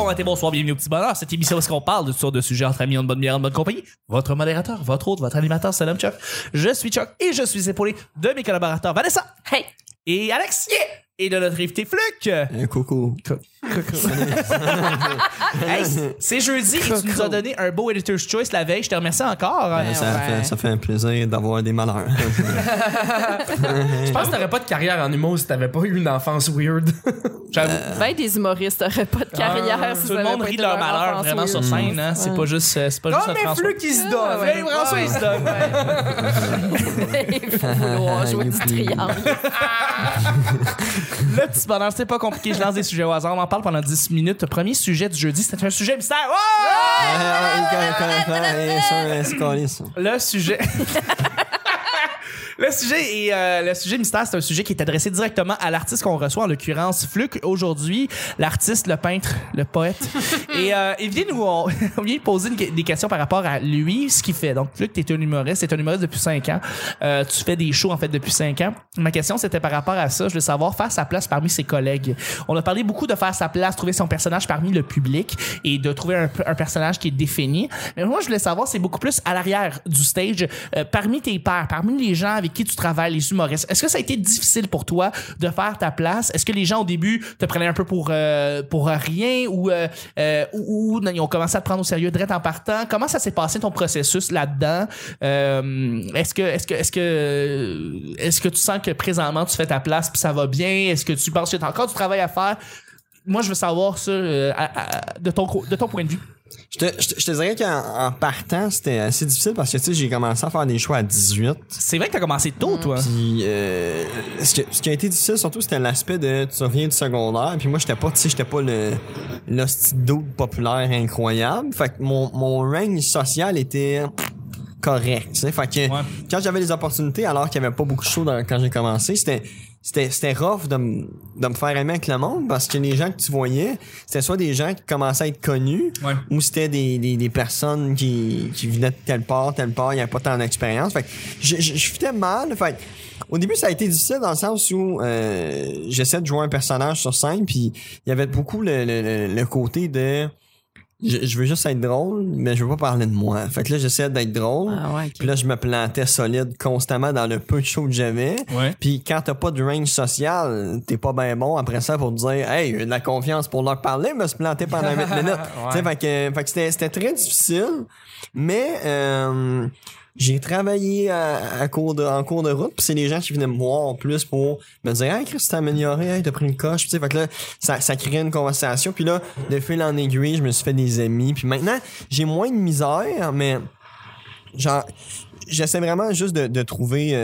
bon matin, bonsoir, bienvenue au Petit Bonheur. Cette émission où est-ce qu'on parle de toutes sortes de sujets entre amis, en bonne bière, en bonne compagnie. Votre modérateur, votre hôte, votre animateur, c'est l'homme Chuck. Je suis Chuck et je suis épaulé de mes collaborateurs Vanessa. Hey! Et Alex. Yeah! Et de notre invité Fluc. Coucou. Hey, c'est jeudi et tu nous as donné un beau Editor's Choice la veille. Je te remercie encore. Ça fait un plaisir d'avoir des malheurs. Je pense que t'aurais pas de carrière en humour si t'avais pas eu une enfance weird. J'avoue. Ben, des humoristes n'auraient pas de carrière. si Tout le ça avait monde pas rit été de leur malheur enfance vraiment weird. sur scène. Hein? C'est pas juste notre François. Fluc qui se donne. Hey, François, il se donne. Il faut vouloir jouer du triangle. Le Petit Bonheur, c'est pas compliqué. Je lance des sujets au hasard. On en parle pendant 10 minutes. Le premier sujet du jeudi, c'était un sujet mystère. Oh! Le sujet... Le sujet mystère, c'est un sujet qui est adressé directement à l'artiste qu'on reçoit, en l'occurrence Fluc. Aujourd'hui, l'artiste, le peintre, le poète. Et il vient on vient poser des questions par rapport à lui, ce qu'il fait. Donc, Fluc, t'es un humoriste depuis 5 ans. Tu fais des shows, en fait, depuis 5 ans. Ma question, c'était par rapport à ça. Je voulais savoir faire sa place parmi ses collègues. On a parlé beaucoup de faire sa place, trouver son personnage parmi le public et de trouver un personnage qui est défini. Mais moi, je voulais savoir, c'est beaucoup plus à l'arrière du stage, parmi tes pairs, parmi les gens avec qui tu travailles, les humoristes. Est-ce que ça a été difficile pour toi de faire ta place? Est-ce que les gens au début te prenaient un peu pour rien ou ils ont commencé à te prendre au sérieux direct en partant? Comment ça s'est passé ton processus là-dedans? Est-ce que tu sens que présentement tu fais ta place puis ça va bien? Est-ce que tu penses que tu as encore du travail à faire? Moi, je veux savoir ça de ton point de vue. Je te dirais qu'en partant, c'était assez difficile parce que tu sais, j'ai commencé à faire des choix à 18. C'est vrai que t'as commencé tôt, toi. Puis ce qui a été difficile surtout, c'était l'aspect de tu reviens du secondaire. Puis moi, j'étais pas l'hostie dude populaire incroyable. Fait que mon range social était correct. Tu sais, fait que quand j'avais les opportunités, alors qu'il y avait pas beaucoup de shows quand j'ai commencé, c'était rough de me faire aimer avec le monde parce que les gens que tu voyais, c'était soit des gens qui commençaient à être connus ou c'était des personnes qui venaient de telle part, il n'y avait pas tant d'expérience. Fait que je fitais mal. Fait que, au début, ça a été difficile dans le sens où j'essayais de jouer un personnage sur scène puis il y avait beaucoup le côté de je veux juste être drôle, mais je veux pas parler de moi. Fait que là, j'essayais d'être drôle. Puis là, je me plantais solide constamment dans le peu de show que j'avais. Puis quand t'as pas de range social, t'es pas bien bon après ça pour te dire « Hey, j'ai de la confiance pour leur parler, me se planter pendant 8 minutes. » Tu sais, fait que c'était très difficile. Mais j'ai travaillé en cours de route, puis c'est les gens qui venaient me voir en plus pour me dire « Hey, Chris, t'as amélioré, hey, t'as pris une coche. » Tu sais, fait que là, ça crée une conversation. Puis là, de fil en aiguille, je me suis fait des amis. Puis maintenant, j'ai moins de misère, mais genre, j'essaie vraiment juste de trouver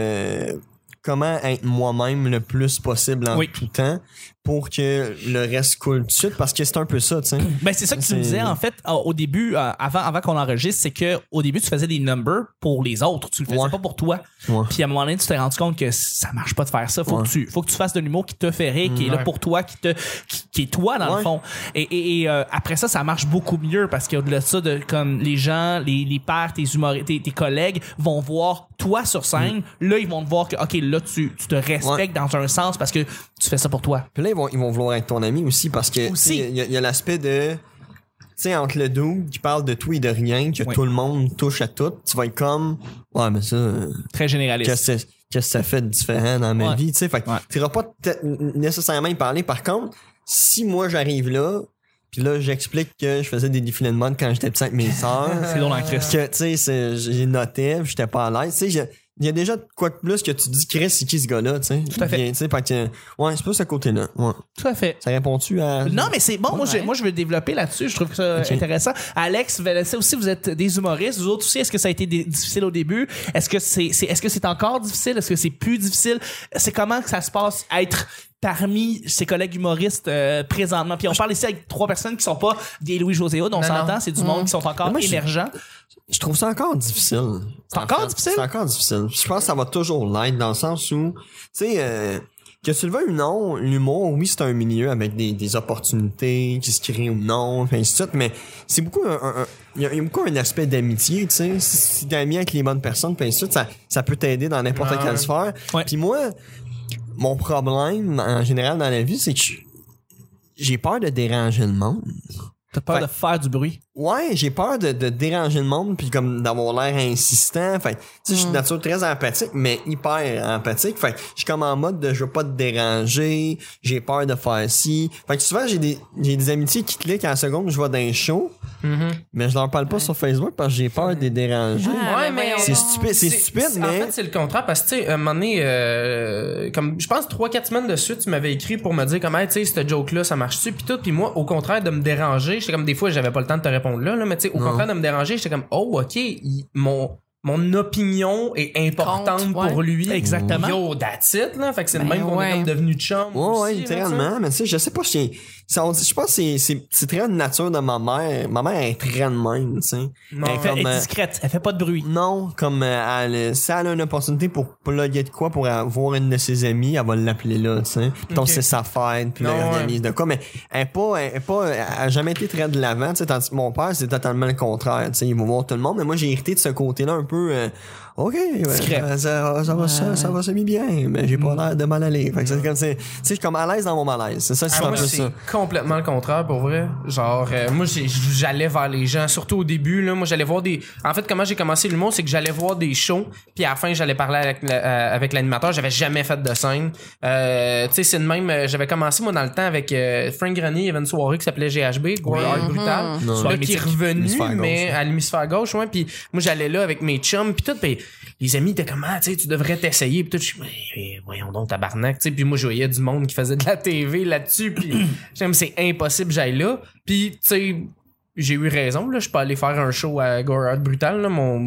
comment être moi-même le plus possible en tout temps pour que le reste coule tout de suite, parce que c'est un peu ça, tu sais. Ben, c'est ça que tu me disais, en fait, au début, avant qu'on enregistre, c'est que au début, tu faisais des numbers pour les autres. Tu le faisais pas pour toi. Puis à un moment donné, tu t'es rendu compte que ça marche pas de faire ça. Faut que tu fasses de l'humour qui te fait rire, qui est là pour toi, qui est toi, dans le fond. Et après ça, ça marche beaucoup mieux parce qu'au-delà de ça, comme les gens, les pairs, tes humoristes, tes collègues vont voir toi sur scène. Là, ils vont te voir que, OK, là, tu te respectes dans un sens parce que tu fais ça pour toi. Puis là, ils vont vouloir être ton ami aussi parce que il y a l'aspect de, tu sais, entre le dude qui parle de tout et de rien, que tout le monde touche à tout, tu vas être comme mais ça très généraliste. Qu'est-ce que ça fait de différent dans ma vie, tu sais, fait que t'iras pas nécessairement y parler. Par contre, si moi j'arrive là, puis là j'explique que je faisais des défilés de mode quand j'étais petit avec mes sœurs, c'est drôle en Christ. Que tu sais, j'ai noté, j'étais pas à l'aise, tu sais, il y a déjà quoi de plus que tu dis, Chris, c'est qui ce gars-là, tu sais. Tout à fait. Tu sais, c'est plus ce côté-là. Ouais. Tout à fait. Ça répond-tu à... Non, mais c'est bon. Moi, je veux développer là-dessus. Je trouve ça intéressant. Alex, Vanessa aussi, vous êtes des humoristes. Vous autres aussi, est-ce que ça a été difficile au début? Est-ce que c'est encore difficile? Est-ce que c'est plus difficile? C'est comment que ça se passe être parmi ses collègues humoristes présentement? Puis on parle ici avec 3 personnes qui sont pas des Louis-José Hood, on s'entend, c'est du monde qui sont encore émergents. Je trouve ça encore difficile. C'est encore difficile? C'est encore difficile. Je pense que ça va toujours l'être dans le sens où, tu sais, que tu le veuilles ou non, l'humour, oui, c'est un milieu avec des opportunités qui se créent ou non, puis ainsi de suite, mais c'est beaucoup il y a beaucoup un aspect d'amitié, tu sais. Si t'es ami avec les bonnes personnes, puis ainsi de suite, ça peut t'aider dans n'importe quelle sphère. Puis moi, mon problème, en général, dans la vie, c'est que j'ai peur de déranger le monde. T'as peur Fait- de faire du bruit. Ouais, j'ai peur de déranger le monde puis comme d'avoir l'air insistant. Fait tu sais, je suis de nature très empathique, mais hyper empathique. Fait je suis comme en mode de je veux pas te déranger, j'ai peur de faire ci. Fait que souvent j'ai des amitiés qui cliquent en seconde, je vois dans un show, mais je leur parle pas sur Facebook parce que j'ai peur de les déranger. Ah, mais C'est stupide, En mais fait, c'est le contraire parce que, tu sais, un moment donné, comme, je pense 3-4 semaines de suite, tu m'avais écrit pour me dire comment, tu sais, cette joke-là, ça marche-tu, pis tout, pis moi, au contraire de me déranger, j'étais comme, des fois, j'avais pas le temps de te répondre là, mais tu sais, au contraire de me déranger, j'étais comme, oh, ok, mon opinion est importante Compte, pour ouais. lui. Exactement. Yo, that's it, là. Fait que c'est le Ben même qu'on est ouais. comme devenu chum. ouais, aussi, là, littéralement, mais tu sais, je sais pas si je pense que c'est très de nature de ma mère. Ma mère est très de même, tu sais. Non. Elle est Elle comme, est discrète, elle fait pas de bruit. non, comme si elle a une opportunité pour plugger de quoi pour voir une de ses amies, elle va l'appeler là, tu sais. Donc Ok. c'est sa fête, puis là, Non, elle ouais. organise de quoi, mais elle a jamais été très de l'avant, tu sais, tandis que mon père, c'est totalement le contraire, tu sais, il va voir tout le monde, mais moi, j'ai hérité de ce côté-là un peu, ok, Discret. ça va semi-bien, mais j'ai pas l'air de mal aller. Fait que c'est comme, tu sais, je suis comme à l'aise dans mon malaise, c'est ça, c'est Ah, un moi, peu c'est ça. complètement le contraire, pour vrai. Genre, moi, j'allais vers les gens, surtout au début, là. Moi, j'allais voir des... En fait, comment j'ai commencé l'humour, c'est que j'allais voir des shows, puis à la fin, j'allais parler avec l'animateur. J'avais jamais fait de scène. Tu sais, c'est de même... J'avais commencé, moi, dans le temps, avec Frank Grenier. Il y avait une soirée qui s'appelait GHB, Gore Hard Brutal. Soirée Là, qui est mythique. revenu, Hémisphère gauche, mais ouais. à l'hémisphère gauche, ouais. Puis moi, j'allais là avec mes chums, puis tout, puis les amis étaient comme, ah, tu sais, tu devrais t'essayer, puis tout. Je suis, mais voyons donc, tabarnak, tu sais. Puis moi, je voyais du monde qui faisait de la TV là-dessus, puis j'aime, c'est impossible, j'aille là. Puis, tu sais, j'ai eu raison, là. Je peux aller faire un show à Gore Hard Brutal, là.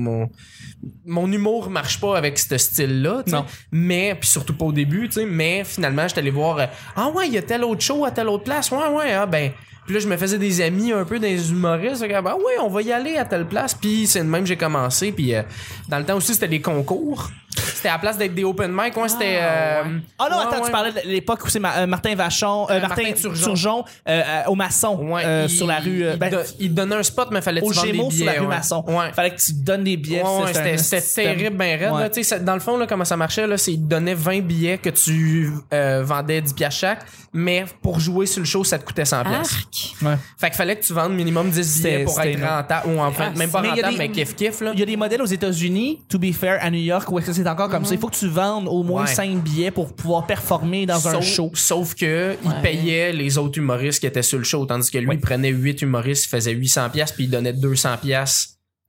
Mon humour marche pas avec ce style-là, tu sais. Non. Mais, puis surtout pas au début, tu sais. Mais finalement, j'étais allé voir, ah ouais, il y a tel autre show à telle autre place. Ouais, ah ben. Puis là, je me faisais des amis un peu des humoristes. Fait que, ah ouais, on va y aller à telle place. Puis c'est de même que j'ai commencé. Puis dans le temps aussi, c'était des concours. C'était à la place d'être des open mic. Ouais, c'était... Ah non, ouais, attends, ouais. tu parlais de l'époque où c'est Martin Vachon, Martin Turgeon au Maçon, Ouais, sur la rue... il te donnait un spot, mais fallait que au tu vendes des Gémeaux billets. sur la rue ouais. Masson. Ouais. Fallait que tu donnes des billets. Ouais, puis c'était un système. terrible, ben raide. Ouais. Là, tu sais, dans le fond, là, comment ça marchait, là, c'est qu'ils te donnaient 20 billets que tu vendais 10 piastres chaque, mais pour jouer sur le show, ça te coûtait 100 piastres. Arc. Ouais. Fait qu'il fallait que tu vendes minimum 10 billets pour C'était être énorme. rentable, ou en fait, même pas Mais il y a rentable, des- mais kiff-kiff, là. Il y a des modèles aux États-Unis, to be fair, à New York, où est-ce que c'est encore comme ça. Il faut que tu vendes au moins Ouais. 5 billets pour pouvoir performer dans un show. Sauf que il payait les autres humoristes qui étaient sur le show, tandis que lui, il prenait 8 humoristes, il faisait 800 piastres, puis il donnait 200 piastres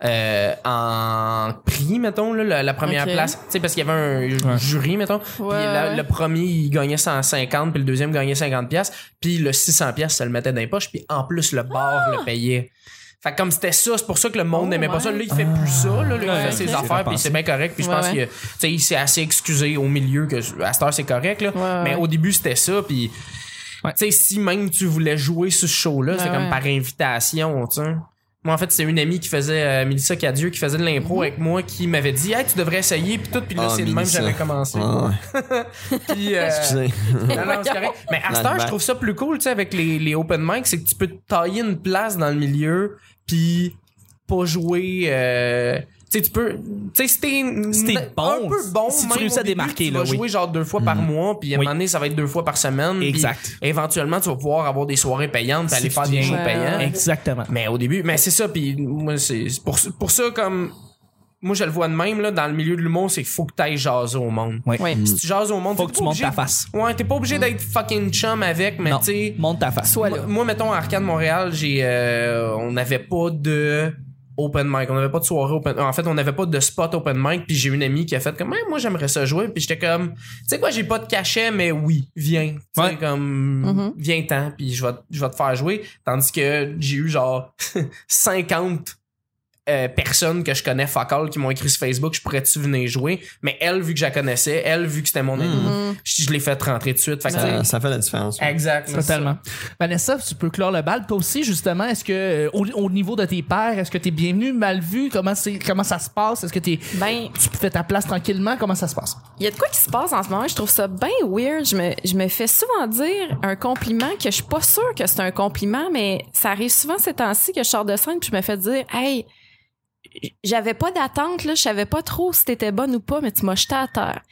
en prix, mettons, là, la première Ok. place. Tu sais, parce qu'il y avait un jury, mettons. Puis Ouais. le premier, il gagnait 150, puis le deuxième gagnait 50 piastres, puis le 600 piastres, ça le mettait dans les poches, puis en plus, le bar le payait. Fait que comme c'était ça, c'est pour ça que le monde n'aimait pas ça. Là, il fait plus ça. Là, il fait ses affaires, puis c'est bien correct. Puis je pense que, tu sais, il s'est assez excusé au milieu que à cette heure, c'est correct. Là. Mais au début, c'était ça. Puis, tu sais, si même tu voulais jouer sur ce show-là, c'est comme par invitation, tu sais. Moi, en fait, c'est une amie qui faisait, Mélissa Cadieux, qui faisait de l'impro avec moi, qui m'avait dit, hey, tu devrais essayer, puis tout. Puis là, c'est le même que j'avais commencé. Ah, ouais. Puis, Excusez. non, c'est correct. Mais à cette heure, je trouve ça plus cool, tu sais, avec les open mic, c'est que tu peux te tailler une place dans le milieu, puis pas jouer. Tu sais, tu peux. Tu sais, si t'es bon, un peu bon, si tu même réussis à au début, démarquer, tu là, vas oui. jouer genre 2 fois par mois, puis à un Oui. moment donné, ça va être 2 fois par semaine. puis Exact. éventuellement, tu vas pouvoir avoir des soirées payantes, puis aller faire des shows Ouais. payants. Exactement. Mais au début, mais c'est ça, puis moi, c'est pour ça, comme. Moi, je le vois de même, là, dans le milieu de l'humour, c'est qu'il faut que t'ailles jaser au monde. Oui. Oui. Si tu jases au monde, Faut t'es que pas tu montes obligé ta de- face. Ouais, t'es pas obligé d'être fucking chum avec, mais Non, tu sais. monte ta face. Soit là. Moi, mettons, à Arcade Montréal, on n'avait pas de open mic. On n'avait pas de soirée open En fait, on n'avait pas de spot open mic. Puis j'ai une amie qui a fait comme, hey, moi, j'aimerais ça jouer. Puis j'étais comme, tu sais quoi, j'ai pas de cachet, mais oui, viens. Tu sais, Ouais. comme, viens-t'en. Puis je vais te faire jouer. Tandis que j'ai eu genre 50 personnes que je connais fuck all qui m'ont écrit sur Facebook, je pourrais-tu venir jouer, mais elle, vu que je la connaissais, elle, vu que c'était mon ami, je l'ai fait rentrer de suite. Fait que, tu sais, Ça fait la différence. exact. c'est Totalement. Vanessa, tu peux clore le bal. Toi aussi, justement, est-ce que, au niveau de tes pairs, est-ce que t'es bienvenu, mal vu? Comment ça se passe? Est-ce que tu fais ta place tranquillement? Comment ça se passe? Il y a de quoi qui se passe en ce moment. Je trouve ça bien weird. Je me fais souvent dire un compliment que je suis pas sûre que c'est un compliment, mais ça arrive souvent ces temps-ci que je sors de scène puis je me fais dire, hey, j'avais pas d'attente, là. Je savais pas trop si t'étais bonne ou pas, mais tu m'as jeté à terre.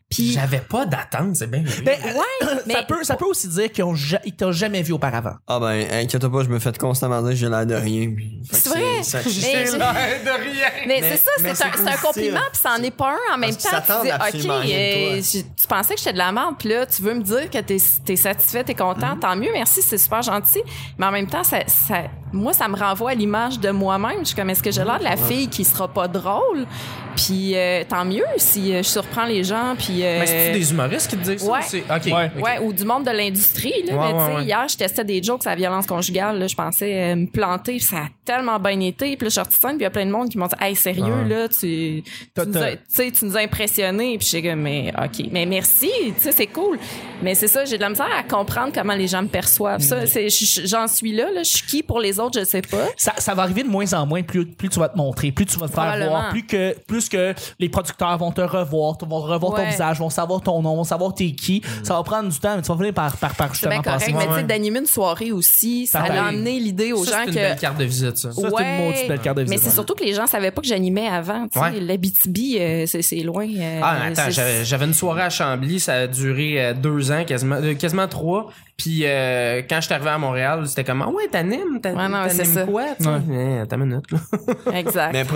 Puis J'avais pas d'attente, c'est bien. Ben, mais ça peut aussi dire qu'ils t'ont jamais vu auparavant. Ah ben, inquiète pas, je me fais constamment dire que j'ai l'air de rien. Puis, fait que C'est vrai? J'ai l'air de rien. Mais c'est ça, mais c'est un positif. compliment, puis ça en est pas un en même Parce qu'ils temps. Tu s'attendent dis, absolument OK, rien de toi. tu pensais que j'étais de la merde, puis là, tu veux me dire que t'es satisfait, t'es content, tant mieux, merci, c'est super gentil. Mais en même temps, moi, ça me renvoie à l'image de moi-même. Je suis comme, est-ce que j'ai l'air de la fille qui sera pas drôle? Puis tant mieux si je surprends les gens, puis... Mais c'est des humoristes qui te disent Ouais. ça? OK. Ouais. OK. Ouais, ou du monde de l'industrie, là. Ouais, mais tu sais, ouais. hier, je testais des jokes sur la violence conjugale, là. Je pensais me planter, puis ça a tellement bien été. Puis là, je suis sortie de scène, puis il y a plein de monde qui m'ont dit, hey, sérieux, là, tu nous as impressionnés. Puis je suis comme, mais OK, mais merci, tu sais, c'est cool. Mais c'est ça, j'ai de la misère à comprendre comment les gens me perçoivent. Ça, j'en suis là, je suis qui pour les autres, je sais pas. Ça va arriver de moins en moins, plus tu vas te montrer, plus tu vas te faire Probablement. voir, plus que les producteurs vont te revoir, vont revoir ton Ouais. visage, vont savoir ton nom, vont savoir t'es qui. Ça va prendre du temps, mais tu vas finir par C'est justement bien correct, passer. mais tu sais, ouais. d'animer une soirée aussi, ça Pareil. a amené l'idée aux Ça, gens c'est une que... belle carte de visite, ça. Ça, c'est une maudite belle carte de Mais visite, c'est ouais. surtout que les gens savaient pas que j'animais avant. Tu sais, Ouais. l'Abitibi, c'est loin. Ah, attends, j'avais une soirée à Chambly, ça a duré 2 ans, quasiment 3. Puis quand je suis arrivé à Montréal, c'était comme, ah ouais, t'animes non, c'est ça. quoi? Tu sais? Attends une minute, là. Exact. Mais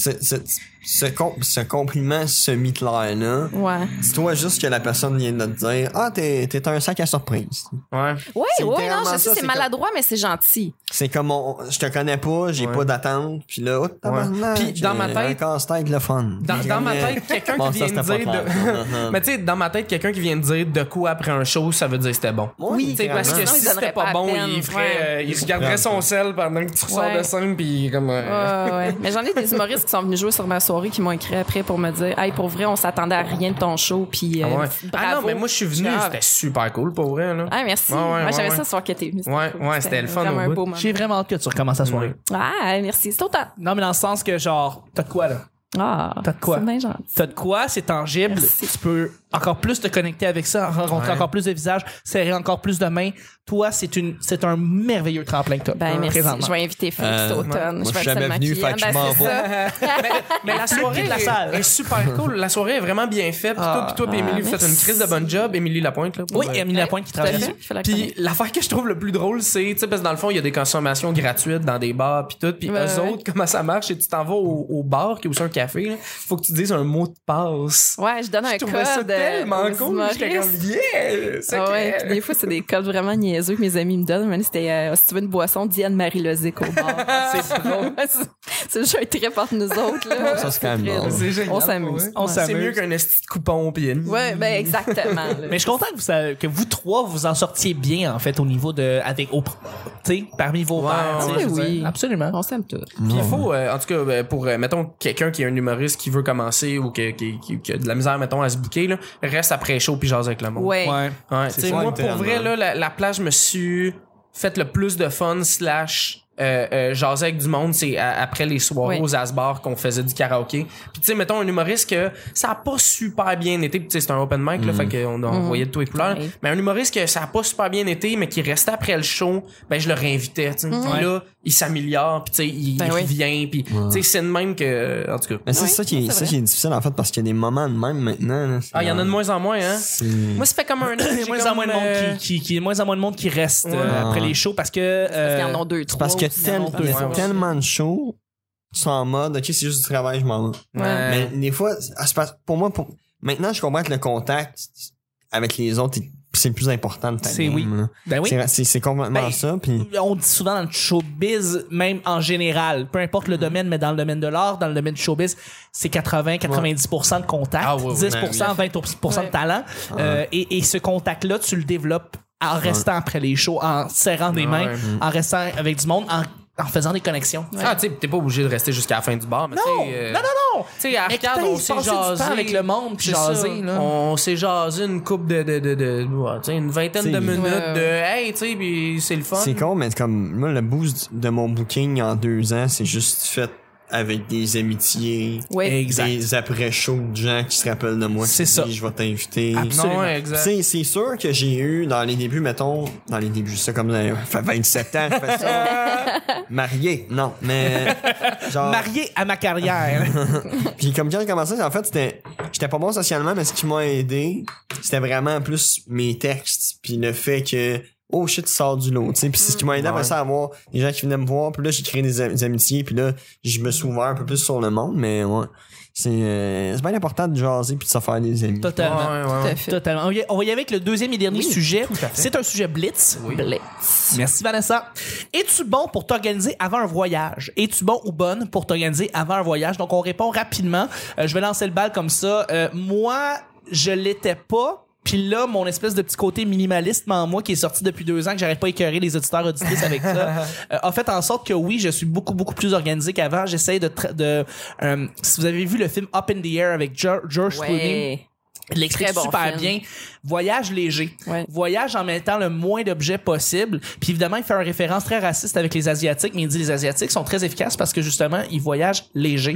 ce compliment semi-clair-là, Ouais. dis-toi juste que la personne vient de te dire « Ah, t'es un sac à surprise. Ouais. Ouais, C'est ouais, non, littéralement je sais, ça, c'est c'est maladroit, mais c'est gentil. » C'est comme je te connais pas, j'ai pas d'attente, puis là, oh, tabarnak, Puis dans ma j'ai tête- un casse-tête le fun. Dans ma tête, quelqu'un Bon, qui ça, vient de c'était dire pas clair. de... Mais tu sais, dans ma tête, quelqu'un qui vient de dire de quoi après un show, ça veut dire que c'était bon. Oui, Tu sais, parce que Sinon, il si donnerait c'était pas pas bon, la peine. il ferait, Ouais. il regarderait son sel pendant que tu ressors Ouais. de scène, puis comme. Ouais. Mais j'en ai des humoristes qui sont venus jouer sur ma soirée qui m'ont écrit après pour me dire, hey, pour vrai, on s'attendait à rien de ton show, puis Ah ouais. bravo. Ah non, mais moi je suis venu, Ah, c'était super cool pour vrai là. Ah, merci. Ouais, ouais, Moi, ouais, j'aimais ouais. ça ce soir que t'es venu. Ouais, c'était le fun vraiment au un bout. beau moment. J'ai vraiment hâte que tu recommences la soirée. Ah, merci. C'est autant. Non, mais dans le sens que, genre, t'as de quoi, là? Ah, T'as de quoi? c'est bien gentil. T'as de quoi, c'est tangible. Merci. Tu peux encore plus te connecter avec ça, rencontrer Ouais. encore plus de visages, serrer encore plus de mains. Toi, c'est un merveilleux tremplin que t'as. Ben, merci. présentement. Je vais inviter Félix cet automne. moi, je suis vais jamais le venu, maquiller. fait que je m'en c'est vais. ça. Mais la soirée de la salle. est super cool. La soirée est vraiment bien faite. Puis toi, puis Émilie, vous faites une merci. crise de bonne job. Émilie Lapointe, là. pour, Oui, Émilie Lapointe qui Tout à travaille fait. dessus. Je fais la Puis chronique. l'affaire que je trouve le plus drôle, c'est, tu sais, parce que dans le fond, il y a des consommations gratuites dans des bars puis tout. Puis Ouais, eux ouais. autres, comment ça marche? Et tu t'en vas au bar, qui est aussi un café, là. Faut que tu dises un mot de passe. Ouais, je donne un Je trouvais ça code. tellement aux cool. J'étais comme, humoristes. yeah! C'est Ah ouais, clair. puis des fois, c'est des codes vraiment niaiseux que mes amis me donnent. Mais c'était, si tu veux une boisson, Diane-Marie Lozic au bar. C'est drôle. C'est juste un trip entre nous autres, là. Ça, c'est quand même très drôle. drôle. C'est génial. On s'amuse. ouais. On Ouais. s'amuse. C'est mieux qu'un esti de coupon pis une. Ouais, ben, exactement. là. Mais je suis content que vous trois vous en sortiez bien en fait au niveau de tu sais parmi vos Ouais, pairs. tu sais, ouais, je veux oui. dire. Absolument. On s'aime tous. Puis il faut, en tout cas, pour, mettons, quelqu'un qui est un humoriste qui veut commencer ou qui a de la misère, mettons, à se booker, là, reste après show puis jase avec le monde. Ouais. Ouais. Ouais, C'est tu sais, ça, moi, pour littéralement. vrai, là, la place, je me suis fait le plus de fun / jaser avec du monde, c'est après les soirées Ouais. aux Asbars qu'on faisait du karaoké. Puis tu sais, mettons un humoriste que ça a pas super bien été, puis tu sais, c'est un open mic, là, fait qu'on voyait de tout et couleurs. Ouais. Mais un humoriste que ça a pas super bien été, mais qui restait après le show, ben je le réinvitais, tu sais. Puis là, il s'améliore, puis tu sais, il Ben oui. revient, puis tu sais, c'est de même que, en tout cas. Mais c'est Ouais, ça qui est, c'est ça vrai. qui est difficile, en fait, parce qu'il y a des moments de même maintenant. Là. Ah, il y en a de moins en moins, hein. C'est- Moi, ça fait comme un an. Il y a moins en moins de monde qui moins en moins de monde qui reste après les shows parce que Parce qu'il y en a deux, trois. Parce que aussi, il y en a deux, il y a trois. tellement de shows qui sont en mode, OK, c'est juste du travail, je m'en vais. Ouais. Mais des fois, pour moi, maintenant, je comprends que le contact avec les autres, c'est le plus important de ta C'est game, oui. là. ben oui. C'est complètement Ben, ça. Puis On dit souvent dans le showbiz, même en général, peu importe le domaine, mais dans le domaine de l'art, dans le domaine du showbiz, c'est 80-90% de contact, Ah oui, oui. 10%, 20% de Ouais. talent. Et ce contact-là, tu le développes en restant après les shows, en serrant des mains, Ouais. en restant avec du monde, en faisant des connexions. Ah, tu sais, t'es pas obligé de rester jusqu'à la fin du bar, mais Non, tu sais. non. Tu sais, à Mais Arcade, que on t'ailles s'est passer du temps jasé. avec le monde, puis C'est jaser, ça. là. On s'est jasé une coupe de ouais, tu sais, une vingtaine T'sais, de minutes ouais. de hey, tu sais, puis c'est le fun. c'est con, mais comme moi, le boost de mon booking en 2 ans, c'est juste fait avec des amitiés, Ouais. Exact. des après-shows de gens qui se rappellent de moi. C'est qui ça. disent, je vais t'inviter. Absolument. Non, ouais, exact. Tu sais, c'est sûr que j'ai eu dans les débuts, mettons, dans les débuts, ça comme ça fait 27 ans, je fais ça. Marié, non, mais Genre- Marié à ma carrière. Puis comme quand j'ai commencé, en fait, j'étais pas bon socialement, mais ce qui m'a aidé, c'était vraiment plus mes textes, puis le fait que oh shit, tu sors du lot, tu sais. Puis c'est ce qui m'a aidé après ça à avoir des gens qui venaient me voir, puis là j'ai créé des amitiés, puis là je me suis ouvert un peu plus sur le monde, mais ouais. C'est bien important de jaser puis de se faire des amis. Totalement. Tout à fait. Totalement. On va y aller avec le deuxième et dernier sujet. C'est un sujet blitz. Blitz. Merci Vanessa. Es-tu bon pour t'organiser avant un voyage? Es-tu bon ou bonne pour t'organiser avant un voyage? Donc on répond rapidement. Je vais lancer le bal comme ça. Moi, je l'étais pas. Puis là, mon espèce de petit côté minimaliste en moi qui est sorti depuis 2 ans, que j'arrête pas écœurer les auditeurs auditrices avec ça, a fait en sorte que oui, je suis beaucoup plus organisé qu'avant. J'essaie si vous avez vu le film Up in the Air avec George Clooney, il l'explique super bien. Voyage léger. Ouais. Voyage en mettant le moins d'objets possible. Puis évidemment, il fait une référence très raciste avec les Asiatiques, mais il dit les Asiatiques sont très efficaces parce que justement, ils voyagent léger.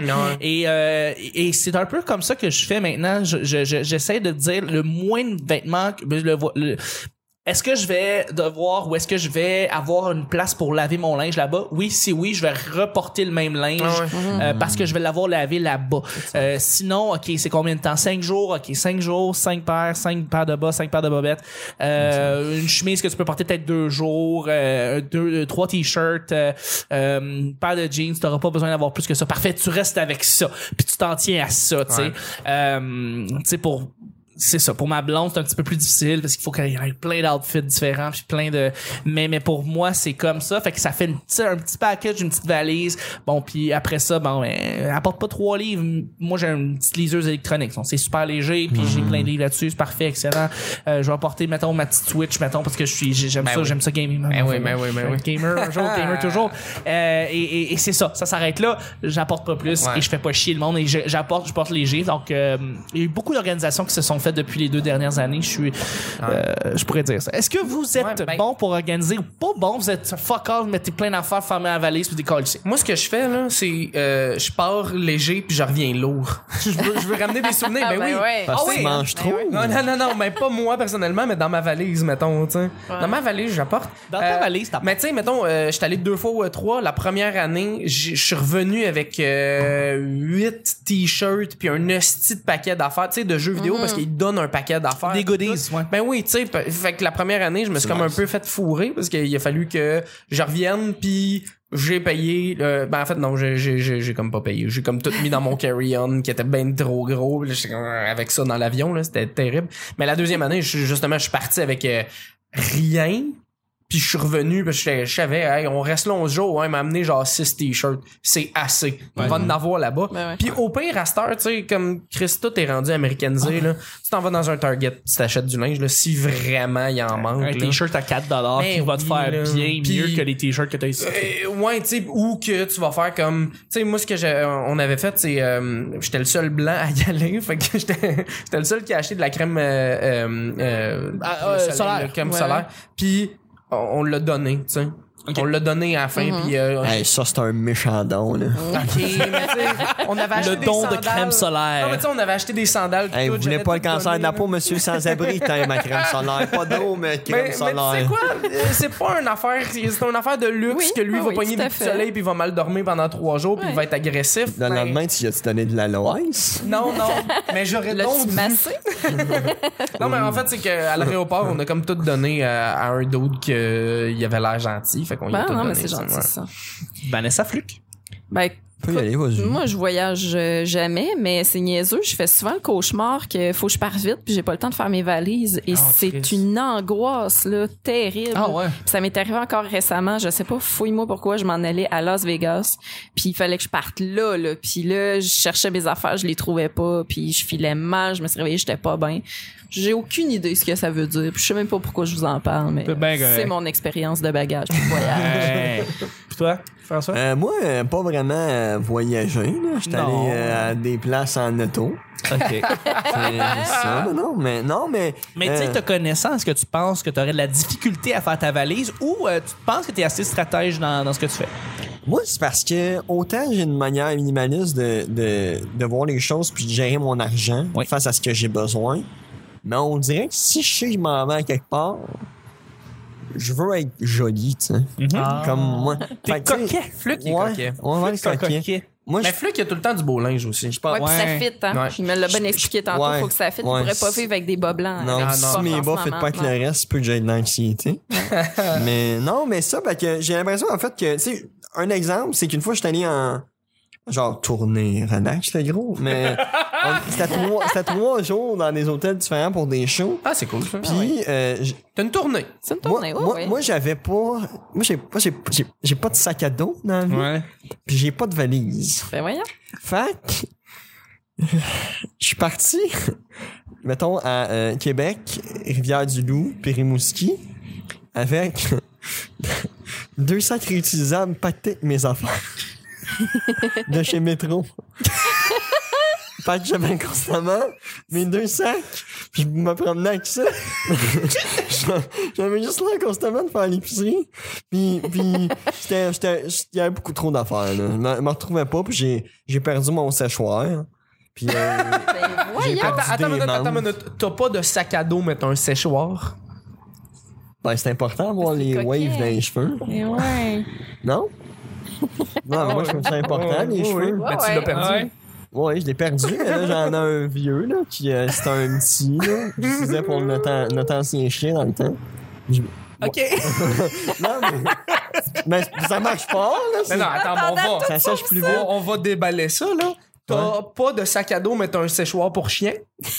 Et c'est un peu comme ça que je fais maintenant. J'essaie de dire le moins de vêtements, est-ce que je vais devoir ou est-ce que je vais avoir une place pour laver mon linge là-bas? Oui, si oui, je vais reporter le même linge parce que je vais l'avoir lavé là-bas. Sinon, OK, c'est combien de temps? 5 jours? OK, 5 jours, 5 paires de bas, 5 paires de bobettes. Une chemise que tu peux porter peut-être 2 jours, 3 t-shirts, une paire de jeans, t'auras pas besoin d'avoir plus que ça. Parfait, tu restes avec ça. Puis tu t'en tiens à ça, tu sais. Tu sais, c'est ça. Pour ma blonde, c'est un petit peu plus difficile parce qu'il faut qu'elle ait plein d'outfits différents puis plein de, mais pour moi, c'est comme ça. Fait que ça fait un petit package, une petite valise. Bon, puis après ça, apporte pas 3 livres. Moi, j'ai une petite liseuse électronique. Donc, c'est super léger puis j'ai plein de livres là-dessus. C'est parfait, excellent. Je vais apporter, mettons, ma petite Switch, mettons, parce que j'aime ça gamer. Gamer, un jour, gamer toujours. Et c'est ça. Ça s'arrête là. J'apporte pas plus et je fais pas chier le monde et je porte léger. Donc, il y a eu beaucoup d'organisations qui se sont faites depuis les 2 dernières années. Je pourrais dire ça. Est-ce que vous êtes bon pour organiser ou pas bon? Vous êtes fuck all, mettez plein d'affaires, fermez la valise puis décollez. Moi, ce que je fais, là, c'est je pars léger puis je reviens lourd. je veux ramener des souvenirs. Parce que tu manges trop. Non, mais pas moi personnellement, mais dans ma valise, mettons, tu sais. Dans ma valise, j'apporte. Dans ta valise, t'apportes. Mais tu sais, mettons, j'étais allé 2 fois ou 3. La première année, je suis revenu avec 8 t-shirts puis un hostie de paquet d'affaires, tu sais, de jeux vidéo parce qu'ils donne un paquet d'affaires. Des goodies, ouais. Ben oui, tu sais, fait que la première année, je me suis comme un peu fait fourrer parce qu'il a fallu que je revienne puis j'ai payé en fait non, j'ai comme pas payé. J'ai comme tout mis dans mon carry-on qui était ben trop gros. Là, j'étais avec ça dans l'avion là, c'était terrible. Mais la deuxième année, je suis parti avec rien. Puis je suis revenu, parce que je savais, hey, on reste là 11 jours, il m'a amené genre 6 t-shirts. C'est assez. On va en avoir là-bas. Puis au pire, à cette heure, tu sais, comme Christa t'es rendu américanisé, là, tu t'en vas dans un Target, tu t'achètes du linge, là, si vraiment il en manque. Un t-shirt à $4 qui va te faire bien mieux que les t-shirts que t'as ici. Ouais, tu sais, ou que tu vas faire comme, tu sais, moi, ce que on avait fait, c'est, j'étais le seul blanc à y aller, fait que j'étais le seul qui a acheté de la crème, solaire. La crème solaire. Puis, on l'a donné, tu sais. Okay. On l'a donné à la fin, puis ça, c'est un méchant don, là. OK, mais tu sais, on avait acheté des sandales. Le don de crème solaire. Non, mais tu sais, on avait acheté des sandales. Hey, vous voulez pas le cancer de la peau, monsieur sans-abri? T'as ma crème solaire. Pas d'eau, mais crème solaire. Mais tu sais quoi? C'est pas une affaire... C'est une affaire de luxe que lui va pogner des coups de soleil puis il va mal dormir pendant 3 jours puis il va être agressif. Le lendemain, tu as-tu donné de l'aloès? Non. Mais j'aurais donc dû. Non, mais en fait, c'est qu'à l'aéroport, on a comme tout donné à un d'autre qu'il avait l'air gentil. Fait qu'on y a tout donné. Gentil, ça. Vanessa Fluc. Ben, peut y aller, vas-y. Moi, je voyage jamais, mais c'est niaiseux. Je fais souvent le cauchemar qu'il faut que je parte vite puis j'ai pas le temps de faire mes valises. Et c'est une angoisse, là, terrible. Ah ouais. Puis ça m'est arrivé encore récemment. Je sais pas, fouille-moi pourquoi je m'en allais à Las Vegas. Puis il fallait que je parte là. Puis là, je cherchais mes affaires, je les trouvais pas. Puis je filais mal, je me suis réveillée, j'étais pas bien. J'ai aucune idée ce que ça veut dire. Puis je sais même pas pourquoi je vous en parle, mais c'est mon expérience de bagage de voyage. Puis toi, François? Moi, pas vraiment voyager. J'étais allé à des places en auto. OK. C'est ça, mais non, mais... Mais tu sais, te connaissant, est-ce que tu penses que tu aurais de la difficulté à faire ta valise ou tu penses que tu es assez stratège dans ce que tu fais? Moi, c'est parce que autant j'ai une manière minimaliste de voir les choses puis de gérer mon argent face à ce que j'ai besoin, mais on dirait que si je sais que je m'en vais à quelque part, je veux être joli, tu sais. Comme moi. T'es coquet. Fluc, il est coquet. Ouais, coquet. Moi, Mais Fluke, il y a tout le temps du beau linge aussi. je pense. Ouais, puis ça Ouais. fit, hein. Ouais. Il me l'a bien expliqué tantôt. Ouais. Faut que ça fit. Ouais. Tu pourrais pas vivre avec des bas blancs. Non, Ah, si non. mes En bas ce fait moment, pas avec non. le reste, peut que j'ai de l'anxiété. Mais non, mais ça, ben, que j'ai l'impression, en fait, que, tu sais, un exemple, c'est qu'une fois, j'étais allé en, genre, tournée, relax, le gros, mais c'était 3 jours dans des hôtels différents pour des shows. Ah, c'est cool, ça. Puis, T'as une tournée. C'est une tournée, ouais. moi, j'avais pas, moi, j'ai pas de sac à dos dans la vie. Ouais. Puis j'ai pas de valise. Ben voyons. Fait que, je suis parti, mettons, à Québec, Rivière-du-Loup, puis Rimouski, avec 2 sacs réutilisables pactés avec mes affaires de chez Métro. Fait que j'avais constamment mes 2 sacs, puis je me promenais avec ça. J'avais juste l'air constamment de faire l'épicerie. Puis il y avait beaucoup trop d'affaires. Là. Je me retrouvais pas, puis j'ai perdu mon séchoir. Puis Ben j'ai voyons. perdu Attends des une membres. minute. T'as pas de sac à dos, mais t'as un séchoir. Ben, c'est important d'avoir C'est les coquin. waves dans les cheveux. Mais ouais. Non? Non, moi, je trouve ça important, les cheveux. Mais tu l'as perdu. Ouais. Ouais, je l'ai perdu, mais là, j'en ai un vieux, là, qui c'était un petit, là. Je disais pour notre ancien chien dans le temps. OK. Non, mais ça marche pas, là. Mais non, attends, Ça sèche plus vite. on va déballer ça, là. T'as pas de sac à dos, mais t'as un séchoir pour chien.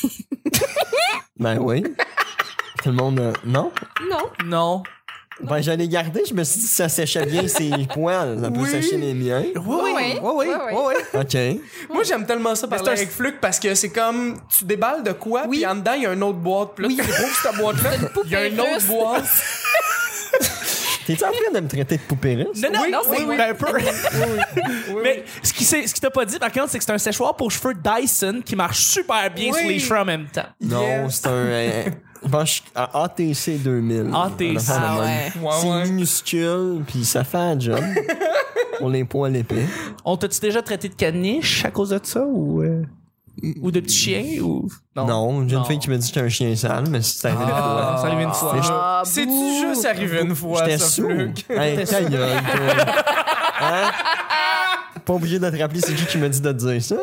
Ben oui. Tout le monde... non? Non. Non. Ben, j'allais garder. Je me suis dit, ça séchait bien ses poils. Ça peut Oui. sécher les miens. Oui, oui. OK. Moi, j'aime tellement ça parler c'est un- avec Fluke parce que c'est comme tu déballes de quoi, Oui. puis en dedans, il y a une autre boîte. Puis là, tu ouvres cette boîte-là, il y a une autre russe. boîte. T'es-tu en train de me traiter de poupée russe? Non, non, Oui, non, oui, c'est oui. un peu. Mais ce qui t'a pas dit, par contre, c'est que c'est un séchoir pour cheveux Dyson qui marche super bien Oui. sur les cheveux en même temps. Non, Yes. c'est un... je pense à ATC 2000. ATC. On a fait Ah le même. ouais. Ouais, C'est ouais. minuscule, puis ça fait un job. Pour les poils épais. On t'a-tu déjà traité de caniche à cause de ça ou de petit chien ou Non, j'ai une Non. fille qui m'a dit que j'étais un chien sale, mais c'est arrivé une fois. ça arrive une fois. Ah, C'est-tu bouh. juste arrivé une fois, J'étais ça, sourd. Fluke? Hey, ta gueule, toi. Hein? Pas obligé de te rappeler c'est qui m'a dit de te dire ça.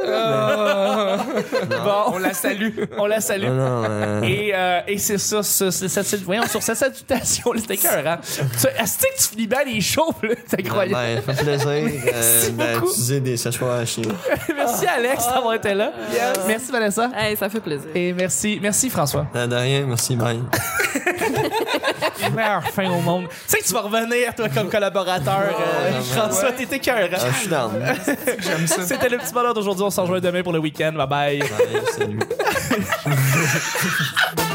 Bon, On la salue. on la salue. Non, Et c'est ça, voyons, sur cette salutation, là, c'était écœurant. Est-ce que tu finis bien les shows, là? C'est incroyable. Ben, ça fait plaisir beaucoup. d'utiliser des séchoirs à chien. Merci Alex d'avoir été là. Merci Vanessa. Hey, ça fait plaisir. Et merci François. De rien, merci, bye. Meilleure fin au monde. Tu sais que tu vas revenir, toi, comme collaborateur, François, t'étais écœurant. Je suis down. J'aime ça. C'était le petit bonheur d'aujourd'hui. On se rejoint demain pour le week-end. Bye bye. Bye, salut.